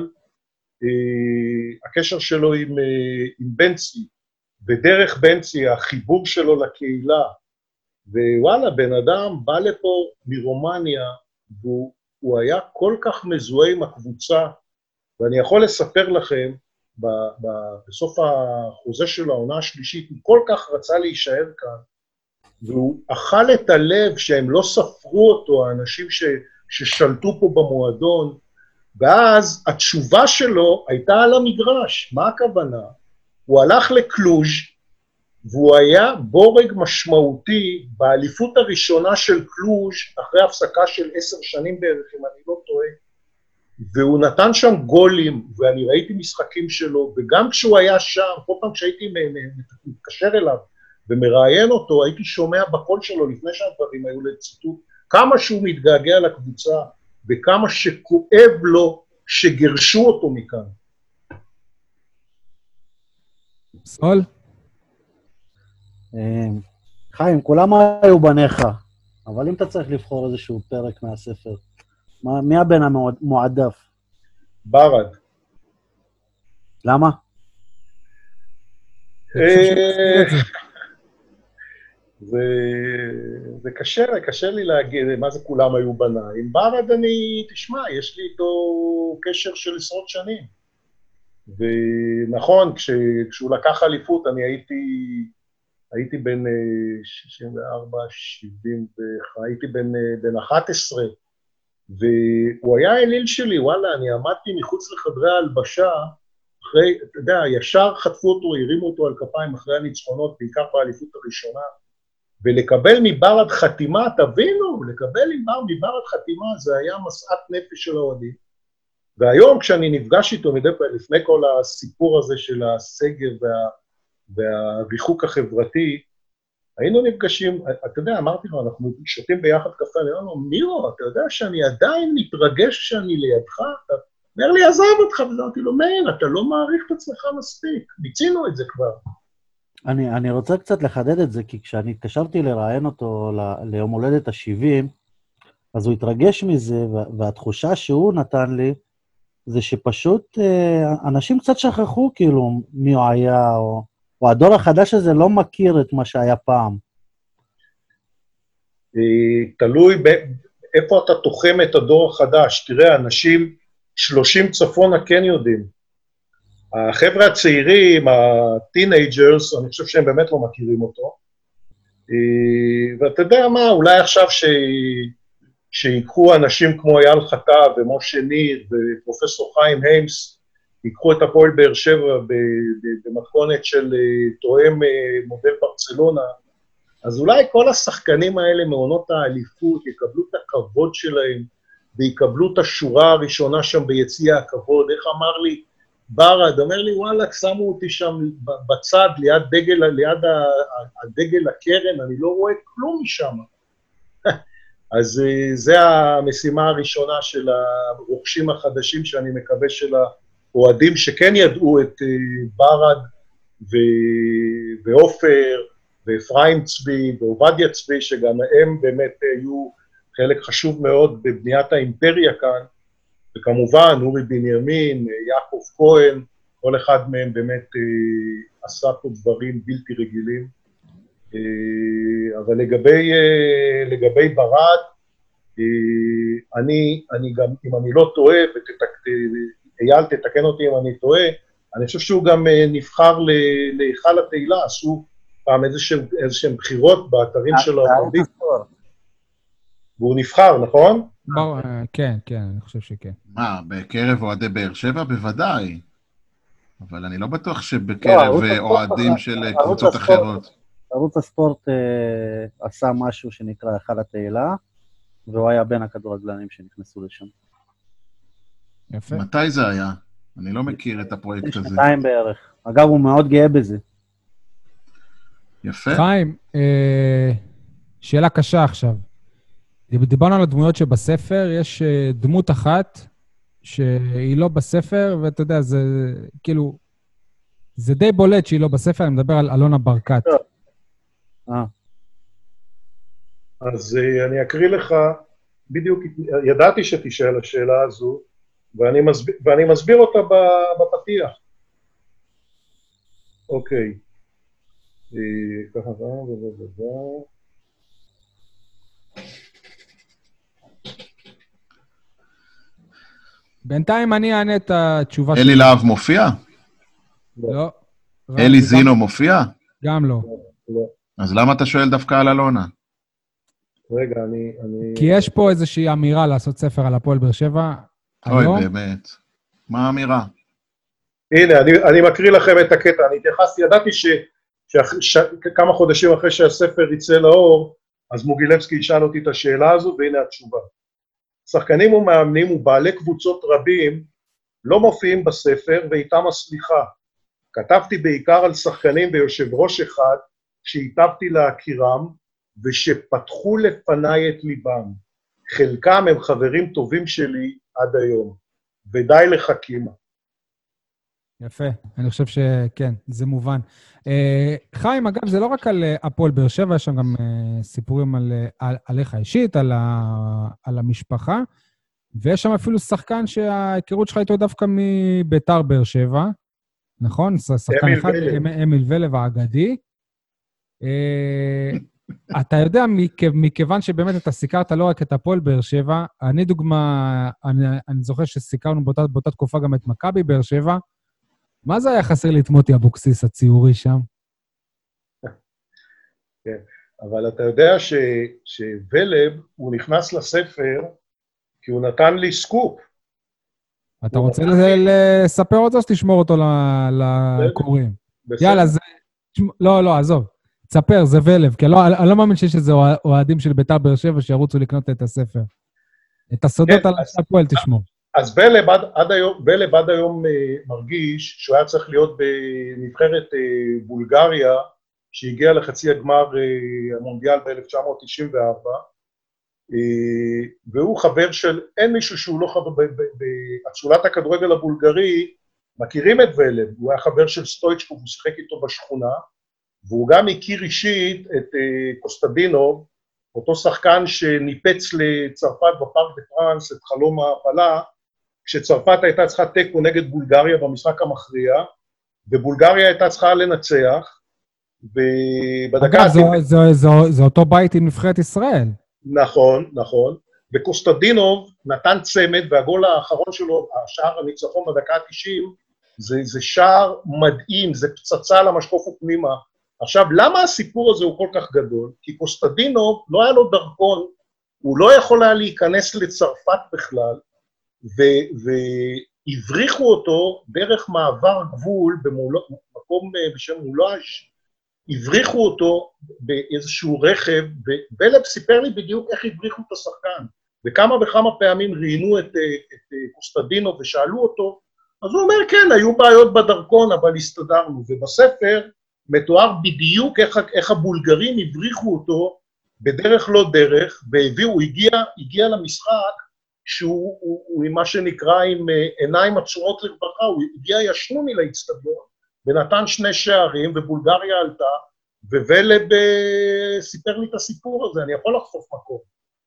הקשר שלו עם בנצי, ודרך בנצי, החיבור שלו לקהילה, ווואלה, בן אדם בא לפה מרומניה, והוא היה כל כך מזוהה עם הקבוצה, ואני יכול לספר לכם, בסוף החוזה של העונה השלישית, הוא כל כך רצה להישאר כאן, והוא אכל את הלב שהם לא ספרו אותו, האנשים ששלטו פה במועדון, ואז התשובה שלו הייתה על המגרש. מה הכוונה? הוא הלך לקלוז' והוא היה בורג משמעותי באליפות הראשונה של קלוז' אחרי הפסקה של 10 שנים בערך, אם אני לא טועה, והוא נתן שם גולים, ואני ראיתי משחקים שלו, וגם כשהוא היה שם, כל פעם כשהייתי מתקשר אליו, ומראיין אותו, הייתי שומע בקול שלו, לפני שהדברים היו לציטוט, כמה שהוא מתגעגע לקבוצה, וכמה שכואב לו שגרשו אותו מכאן.
סול?
חיים, כולם היו בניך, אבל אם אתה צריך לבחור איזשהו פרק מהספר, מי הבן המועדף?
ברד.
למה?
זה קשה לי להגיד מה זה כולם היו בניי. עם ברד תשמע, יש לי איתו קשר של עשרות שנים. ונכון, כשהוא לקח אליפות, אני הייתי בין 64, 70, הייתי בין 11, והוא היה אליל שלי, וואלה, אני עמדתי מחוץ לחדרי ההלבשה, אחרי, אתה יודע, ישר חטפו אותו, הרימו אותו על כפיים אחרי הניצחונות, בעיקר באליפות הראשונה, ולקבל מברד חתימה, תבינו, לקבל מברד חתימה זה היה משאת נפש של האוהדים. והיום כשאני נפגש איתו מדי פעם, לפני כל הסיפור הזה של הסגר והריחוק החברתי, היינו נפגשים, אתה יודע, אמרתי לו, אנחנו שותים ביחד קפה, אני אומר לו, מירו, אתה יודע שאני עדיין מתרגש כשאני לידך, אתה אומר לי, עזב אותך, ואמרתי לו, מאיר, אתה לא מעריך את עצמך מספיק, ביצינו את זה כבר.
אני רוצה קצת לחדד את זה, כי כשאני התקשרתי לראיין אותו ליום הולדת ה-70, אז הוא התרגש מזה, והתחושה שהוא נתן לי, זה שפשוט אנשים קצת שכחו כאילו מי הוא היה, או הדור החדש הזה לא מכיר את מה שהיה פעם.
תלוי איפה אתה תוחם את הדור החדש. תראה, אנשים 30 צפונה כן יודעים. החבר'ה הצעירים, הטינג'רס, אני חושב שהם באמת לא מכירים אותו. ואתה יודע מה, אולי עכשיו שיקחו אנשים כמו אייל חטא ומשה ניר ופרופסור חיים היימס, ייקחו את הפועל באר שבע במתכונת של תואם מודל ברצלונה, אז אולי כל השחקנים האלה מעונות האליפות יקבלו את הכבוד שלהם, ויקבלו את השורה הראשונה שם ביציע הכבוד. איך אמר לי ברד, אומר לי, וואלה, שמו אותי שם בצד, ליד הדגל הקרן, אני לא רואה כלום משם. אז זה המשימה הראשונה של הרוכשים החדשים, שאני מקווה של האוהדים שכן ידעו את ברד ואופר ואפרים צבי ועובדיה צבי, שגם הם באמת היו חלק חשוב מאוד בבניית האימפריה כאן, וכמובן אורי בנימין, יעקב כהן, כל אחד מהם באמת עשה פה דברים בלתי רגילים. אבל לגבי ברד, אני גם, אם אני לא טועה, אייל תתקן אותי אם אני טועה, אני חושב שהוא גם נבחר להיכל התהילה, עשו פעם איזשהם בחירות באתרים של האוהדים. והוא נבחר, נכון?
כן, אני חושב שכן.
מה, בקרב אוהדי באר שבע? בוודאי. אבל אני לא בטוח שבקרב אוהדים של קבוצות אחרות.
ערוץ הספורט עשה משהו שנקרא היכל התהילה, והוא היה בין הכדורגלנים שנכנסו לשם.
יפה.
מתי זה היה? אני לא מכיר את הפרויקט הזה.
שנתיים בערך. אגב, הוא מאוד גאה בזה.
יפה.
חיים, שאלה קשה עכשיו. דיברנו על הדמויות שבספר, יש דמות אחת שהיא לא בספר, ואתה יודע, זה כאילו, זה די בולט שהיא לא בספר, אני מדבר על אלונה ברקת.
אז אני אקריא לך, בדיוק ידעתי שתשאל השאלה הזו, ואני מסביר אותה בפתיח. אוקיי. ככה
בינתיים אני אענה את התשובה
שלי. אלי להב מופיע?
לא.
אלי זינו מופיע?
גם לא.
אז למה אתה שואל דווקא על אלונה?
רגע,
כי יש פה איזושהי אמירה לעשות ספר על הפועל באר שבע.
אוי, באמת. מה האמירה?
הנה, אני מקריא לכם את הקטע. אני התייחסתי, ידעתי שכמה חודשים אחרי שהספר יצא לאור, אז מוגילבסקי ישאל אותי את השאלה הזו, והנה התשובה. שחקנים ומאמנים ובעלי קבוצות רבים לא מופיעים בספר, ואיתם הסליחה. כתבתי בעיקר על שחקנים ויושב ראש אחד, שהיטבתי להכירם, ושפתחו לפניי את ליבם. חלקם הם חברים טובים שלי עד היום, ודי לחכימה.
יפה, אני חושב שכן, זה מובן. חיים, אגב, זה לא רק על הפועל באר שבע, יש שם גם סיפורים עליך אישית, על המשפחה, ויש שם אפילו שחקן שההיכרות שלך איתו דווקא מביתר באר שבע, נכון? שחקן אחד, אמיל ולב האגדי. אתה יודע, מכיוון שבאמת אתה סיקרת לא רק את הפועל באר שבע, אני דוגמה, אני זוכר שסיקרנו באותה תקופה גם את מכבי באר שבע, מה זה היה חסר לי את מוטי אבוקסיס הציורי שם?
כן, אבל אתה יודע שוולב, הוא נכנס לספר, כי הוא נתן לי סקופ.
אתה רוצה לספר אותו, אז תשמור אותו לקוראים. יאללה, זה... לא, עזוב. תספר, זה ולב, כי אני לא מאמין שיש איזה אוהדים של בית"ר באר שבע שירוצו לקנות את הספר. את הסודות
כן,
על הפועל תשמור.
אז ולב עד היום מרגיש שהוא היה צריך להיות בנבחרת בולגריה, שהגיעה לחצי הגמר המונדיאל ב-1994, והוא חבר של, אין מישהו שהוא לא חבר, באצולת הכדורגל הבולגרי, מכירים את ולב, הוא היה חבר של סטויצ'קוב, הוא שיחק איתו בשכונה, והוא גם הכיר אישית את קוסטדינוב, אותו שחקן שניפץ לצרפת בפארק דה פרנס את חלום ההעפלה, כשצרפת הייתה צריכה תיקו נגד בולגריה במשחק המכריע, ובולגריה הייתה צריכה לנצח, ובדקה...
אגב, זה אותו בית עם נבחרת ישראל.
נכון, נכון. וקוסטדינוב נתן צמד, והגול האחרון שלו, השער הניצחון בדקה ה-90, זה שער מדהים, זה פצצה למשקוף ופנימה. עכשיו, למה הסיפור הזה הוא כל כך גדול? כי קוסטדינוב לא היה לו דרכון, הוא לא יכול היה להיכנס לצרפת בכלל, והבריחו אותו דרך מעבר גבול במקום בשם מולאז', הבריחו אותו באיזשהו רכב, ובלב סיפר לי בדיוק איך הבריחו את השחקן, וכמה וכמה פעמים ראיינו את קוסטדינוב ושאלו אותו, אז הוא אומר, כן, היו בעיות בדרכון, אבל הסתדרנו, ובספר מתואר בדיוק איך הבולגרים הבריחו אותו בדרך לא דרך, והביאו, הגיע למשחק, שהוא מה שנקרא עם עיניים עצורות לרווחה, הוא הגיע ישנוני לאצטדיון, ונתן 2 שערים, ובולגריה עלתה, וולב סיפר לי את הסיפור הזה, אני יכול לחפוף מקום.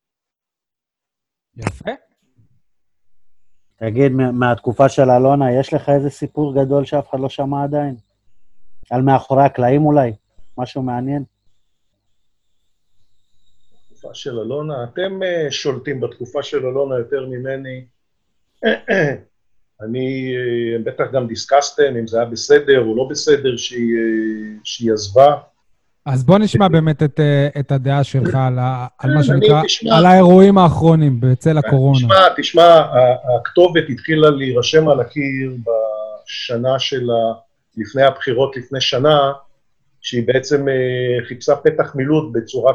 יפה.
תגיד, מהתקופה של אלונה, יש לך איזה סיפור גדול שאף אחד לא שמע עדיין? על מאחורי הקלעים אולי? משהו מעניין?
בתקופה של אלונה, אתם שולטים בתקופה של אלונה יותר ממני. אני, בטח גם דיסקסתם, אם זה היה בסדר או לא בסדר שהיא עזבה.
אז בוא נשמע באמת את הדעה שלך על מה שנקרא, על האירועים האחרונים בצל הקורונה.
תשמע, הכתובת התחילה להירשם על הקיר בשנה שלה, לפני הבחירות, לפני שנה, שהיא בעצם חיפשה פתח מילוט בצורת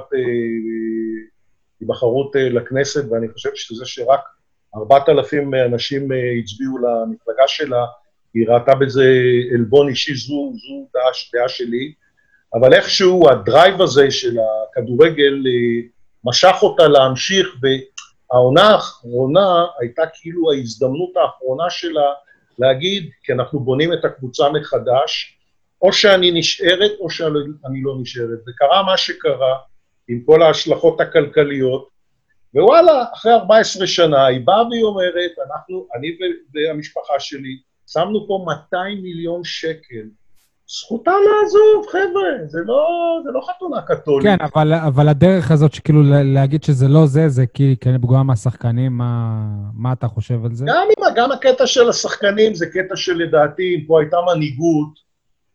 היבחרות לכנסת, ואני חושב שזה שרק 4,000 אנשים הצביעו למפלגה שלה, היא ראתה בזה עלבון אישי, זו דעה שלי, אבל איכשהו הדרייב הזה של הכדורגל משך אותה להמשיך, והעונה האחרונה הייתה כאילו ההזדמנות האחרונה שלה להגיד, כי אנחנו בונים את הקבוצה מחדש, או שאני נשארת או שאני לא נשארת. וקרה מה שקרה, עם כל ההשלכות הכלכליות, ווואלה, אחרי 14 שנה, היא באה והיא אומרת, אני והמשפחה שלי, שמנו פה 200 מיליון שקל, זכותה לעזוב, חבר'ה, זה לא חתונה קתולית.
כן, אבל הדרך הזאת שכאילו להגיד שזה לא זה כי פגועה מהשחקנים, מה אתה חושב על זה?
גם הקטע של השחקנים זה קטע שלדעתי, אם פה הייתה מנהיגות,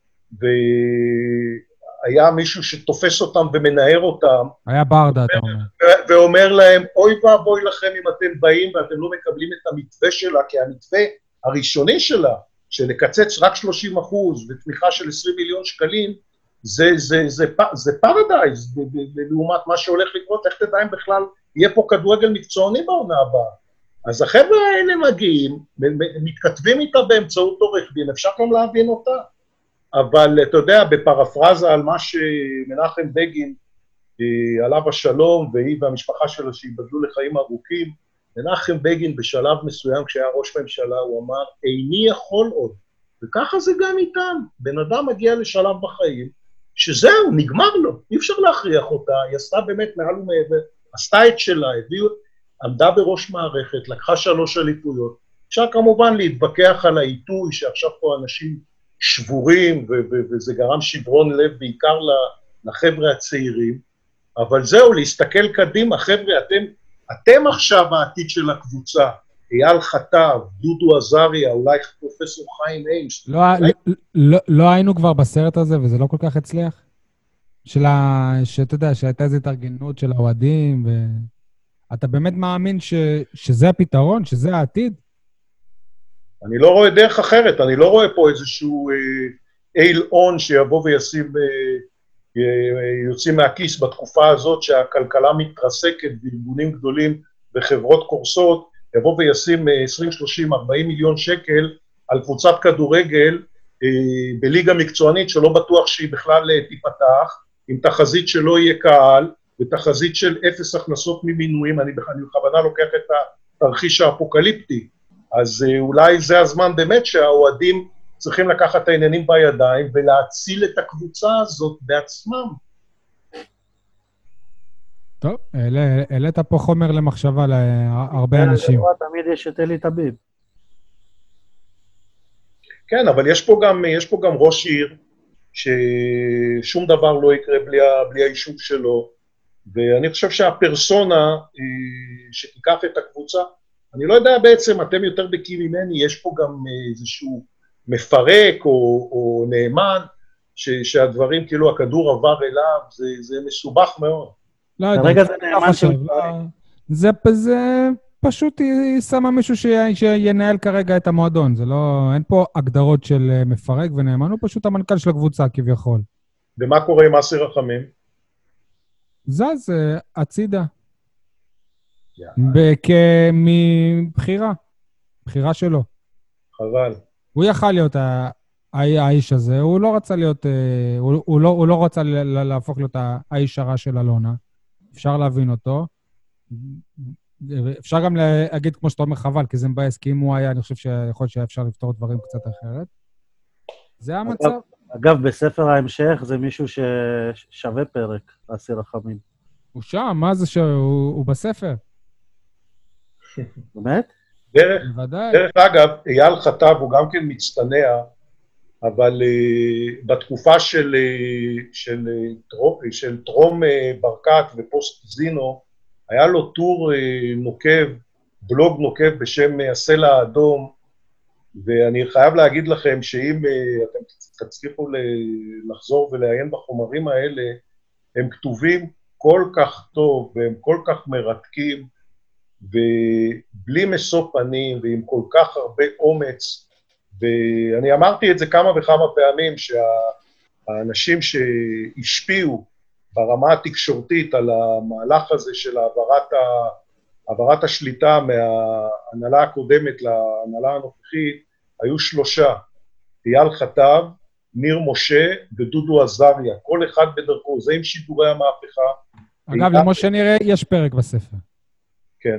והיה מישהו שתופס אותם ומנער אותם.
היה ברדה, אתה אומר.
ואומר להם, אוי ואבוי לכם אם אתם באים ואתם לא מקבלים את המתווה שלה, כי המתווה הראשוני שלה, שלקצץ רק 30% ותמיכה של 20 מיליון שקלים, זה פרדייז, לעומת מה שהולך לקרות, איך תדע אם בכלל יהיה פה כדורגל מקצועני בעונה הבאה. אז החבר'ה האלה מגיעים, מתכתבים איתה באמצעות עורך דין, אפשר גם להבין אותה. אבל אתה יודע, בפרפרזה על מה שמנחם בגין, עליו השלום, והיא והמשפחה שלו שיבדלו לחיים ארוכים, מנחם בגין בשלב מסוים, כשהיה ראש ממשלה, הוא אמר, איני יכול עוד. וככה זה גם איתם. בן אדם מגיע לשלב בחיים, שזהו, נגמר לו, אי אפשר להכריח אותה, היא עשתה באמת מעל ומעבר, עשתה את שלה, עמדה בראש מערכת, לקחה 3 אליפויות. אפשר כמובן להתווכח על העיתוי, שעכשיו פה אנשים שבורים, וזה גרם שברון לב בעיקר לחבר'ה הצעירים, אבל זהו, להסתכל קדימה, חבר'ה, אתם עכשיו העתיד של הקבוצה, אייל חטב, דודו עזריה, אולי פרופסור חיים איימס.
לא היינו כבר בסרט הזה, וזה לא כל כך הצליח? שאתה יודע, שהייתה איזו התארגנות של האוהדים, ואתה באמת מאמין שזה הפתרון, שזה העתיד?
אני לא רואה דרך אחרת, אני לא רואה פה איזשהו אייל און שיבוא וישים יוצאים מהכיס בתקופה הזאת שהכלכלה מתרסקת וארגונים גדולים וחברות קורסות, יבוא וישים 20, 30, 40 מיליון שקל על קבוצת כדורגל בליגה מקצוענית שלא בטוח שהיא בכלל תיפתח, עם תחזית שלא יהיה קהל, ותחזית של 0 הכנסות ממינויים. אני בכוונה לוקח את התרחיש האפוקליפטי, אז אולי זה הזמן באמת שהאוהדים צריכים לקחת את העניינים בידיים ולהציל את הקבוצה הזאת בעצמם.
טוב, העלית פה חומר למחשבה להרבה אנשים.
תמיד יש את אלי טביב.
כן, אבל יש פה גם ראש עיר, ששום דבר לא יקרה בלי האישור שלו, ואני חושב שהפרסונה שתיקח את הקבוצה, אני לא יודע בעצם, אתם יותר בקיא ממני, יש פה גם איזשהו מפרק או נאמן, שהדברים כאילו הכדור עבר אליו, זה מסובך מאוד.
לא יודע,
כרגע זה נאמן
זה פשוט היא שמה מישהו שינהל כרגע את המועדון, זה לא, אין פה הגדרות של מפרק ונאמן, הוא פשוט המנכ"ל של הקבוצה כביכול.
ומה קורה עם אסי רחמים?
זז, הצידה. מבחירה, בחירה שלו.
חבל.
הוא יכל להיות האיש הזה, הוא לא רצה להיות, הוא לא רצה להפוך להיות האיש הרע של אלונה. אפשר להבין אותו. אפשר גם להגיד, כמו שאתה אומר, חבל, כי זה מבאס, כי אם הוא היה, אני חושב שיכול להיות שאפשר לפתור דברים קצת אחרת. זה המצב.
אגב, בספר ההמשך זה מישהו ששווה פרק, אסי רחמים.
הוא שם, מה זה שהוא בספר?
באמת?
דרך אגב, אייל חטב הוא גם כן מצטנע, אבל בתקופה של טרום ברקת ופוסט זינו, היה לו טור נוקב, בלוג נוקב בשם הסלע האדום, ואני חייב להגיד לכם שאם אתם תצליחו לחזור ולעיין בחומרים האלה, הם כתובים כל כך טוב והם כל כך מרתקים, ובלי משוא פנים ועם כל כך הרבה אומץ, ואני אמרתי את זה כמה וכמה פעמים, שהאנשים שהשפיעו ברמה התקשורתית על המהלך הזה של העברת השליטה מההנהלה הקודמת להנהלה הנוכחית, היו 3, אייל חטב, ניר משה ודודו עזריה, כל אחד בדרכו, זה עם שידורי המהפכה.
אגב, למשה נראה, יש פרק בספר.
כן.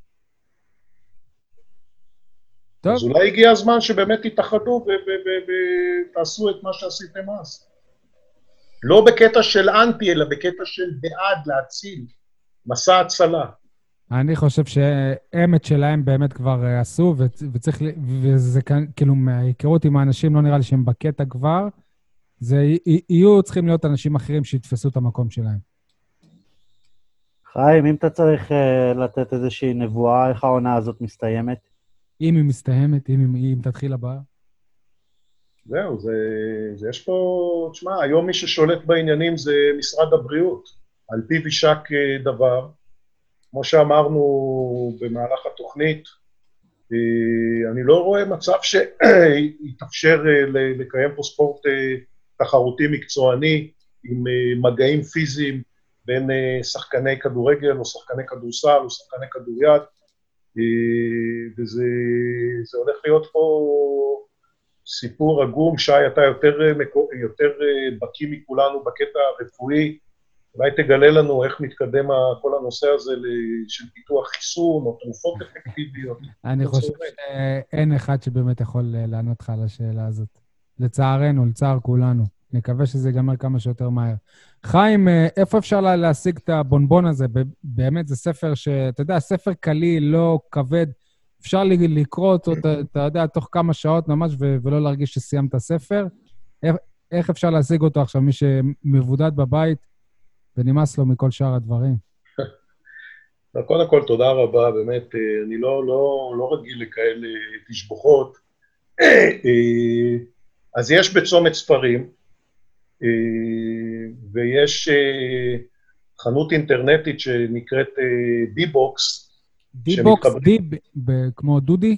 טוב.
אז אולי הגיע הזמן שבאמת תתאחדו ותעשו את מה שעשיתם אז. לא בקטע של אנטי, אלא בקטע של בעד להציל, מסע הצלה.
אני חושב שהאמת שלהם באמת כבר עשו, וצריך, וזה כאילו מההיכרות עם האנשים, לא נראה לי שהם בקטע כבר, יהיו צריכים להיות אנשים אחרים שיתפסו את המקום שלהם.
חיים, אם אתה צריך לתת איזושהי נבואה, איך העונה הזאת מסתיימת?
אם היא מסתיימת, אם תתחיל הבאה.
זהו, זה יש פה, תשמע, היום מי ששולט בעניינים זה משרד הבריאות, על פיו יישק דבר, כמו שאמרנו במהלך התוכנית, אני לא רואה מצב שיתאפשר לקיים פה ספורט תחרותי מקצועני, עם מגעים פיזיים בין שחקני כדורגל או שחקני כדורסל או שחקני כדוריד, וזה הולך להיות פה סיפור עגום. שי, אתה יותר בקיא מכולנו בקטע הרפואי, אולי תגלה לנו איך מתקדם כל הנושא הזה של פיתוח חיסון או תרופות אפקטיביות.
אני חושב שאין אחד שבאמת יכול לענות לך על השאלה הזאת. לצערנו, לצער כולנו. נקווה שזה ייגמר כמה שיותר מהר. חיים, איפה אפשר להשיג את הבונבון הזה? באמת זה ספר שאתה יודע, ספר קליל, לא כבד, אפשר לקרוא אותו, אתה יודע, תוך כמה שעות ממש, ולא להרגיש שסיימת ספר. איך אפשר להשיג אותו עכשיו, מי שמבודד בבית, ונמאס לו מכל שאר הדברים?
קודם כל, תודה רבה, באמת, אני לא רגיל לכאלה תשבוכות. אז יש בצומת ספרים, ויש חנות אינטרנטית שנקראת די-בוקס.
די-בוקס, כמו דודי?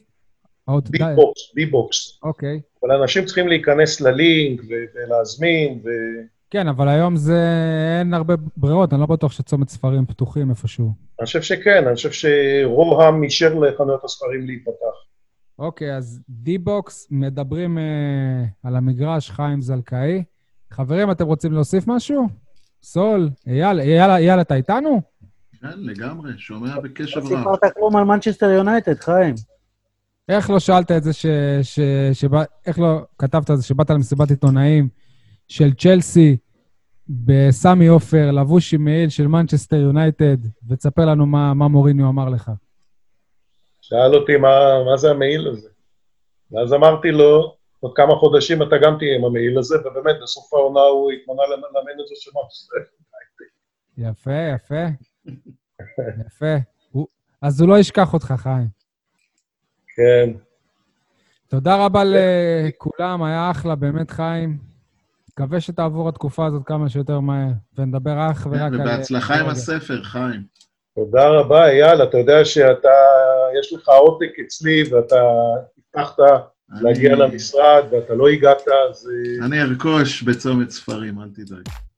די-בוקס.
אוקיי.
אבל אנשים צריכים להיכנס ללינק ולהזמין,
כן, אבל היום אין הרבה ברירות, אני לא בטוח שצומת ספרים פתוחים איפשהו.
אני חושב שכן, אני חושב שרוהם אישר לחנויות הספרים להיפתח.
אוקיי, אז די-בוקס מדברים על המגרש, חיים זלקאי. חברים, אתם רוצים להוסיף משהו? סול, אייל, אתה איתנו?
כן, לגמרי, שומע בקשב
לא
רב.
סיפרת כלום על מנצ'סטר יונייטד, חיים.
איך לא שאלת את זה איך לא כתבת את זה שבאת למסיבת עיתונאים של צ'לסי בסמי עופר, לבוש עם מעיל של מנצ'סטר יונייטד, ותספר לנו מה מוריניו אמר לך.
שאל אותי מה זה המעיל הזה. ואז אמרתי לו, עוד כמה חודשים אתה גם תהיה עם המעיל הזה, ובאמת בסוף העונה הוא התמנה לאמן את זה של מנצ'סטר.
יפה, יפה. יפה. אז הוא לא ישכח אותך, חיים.
כן.
תודה רבה לכולם, היה אחלה, באמת, חיים. מקווה שתעבור התקופה הזאת כמה שיותר מהר, ונדבר אך ורק על...
ובהצלחה עם הספר, חיים.
תודה רבה, אייל, אתה יודע יש לך עותק אצלי, ואתה הבטחת להגיע למשרד, ואתה לא הגעת, אז...
אני ארכוש בצומת ספרים, אל תדאג.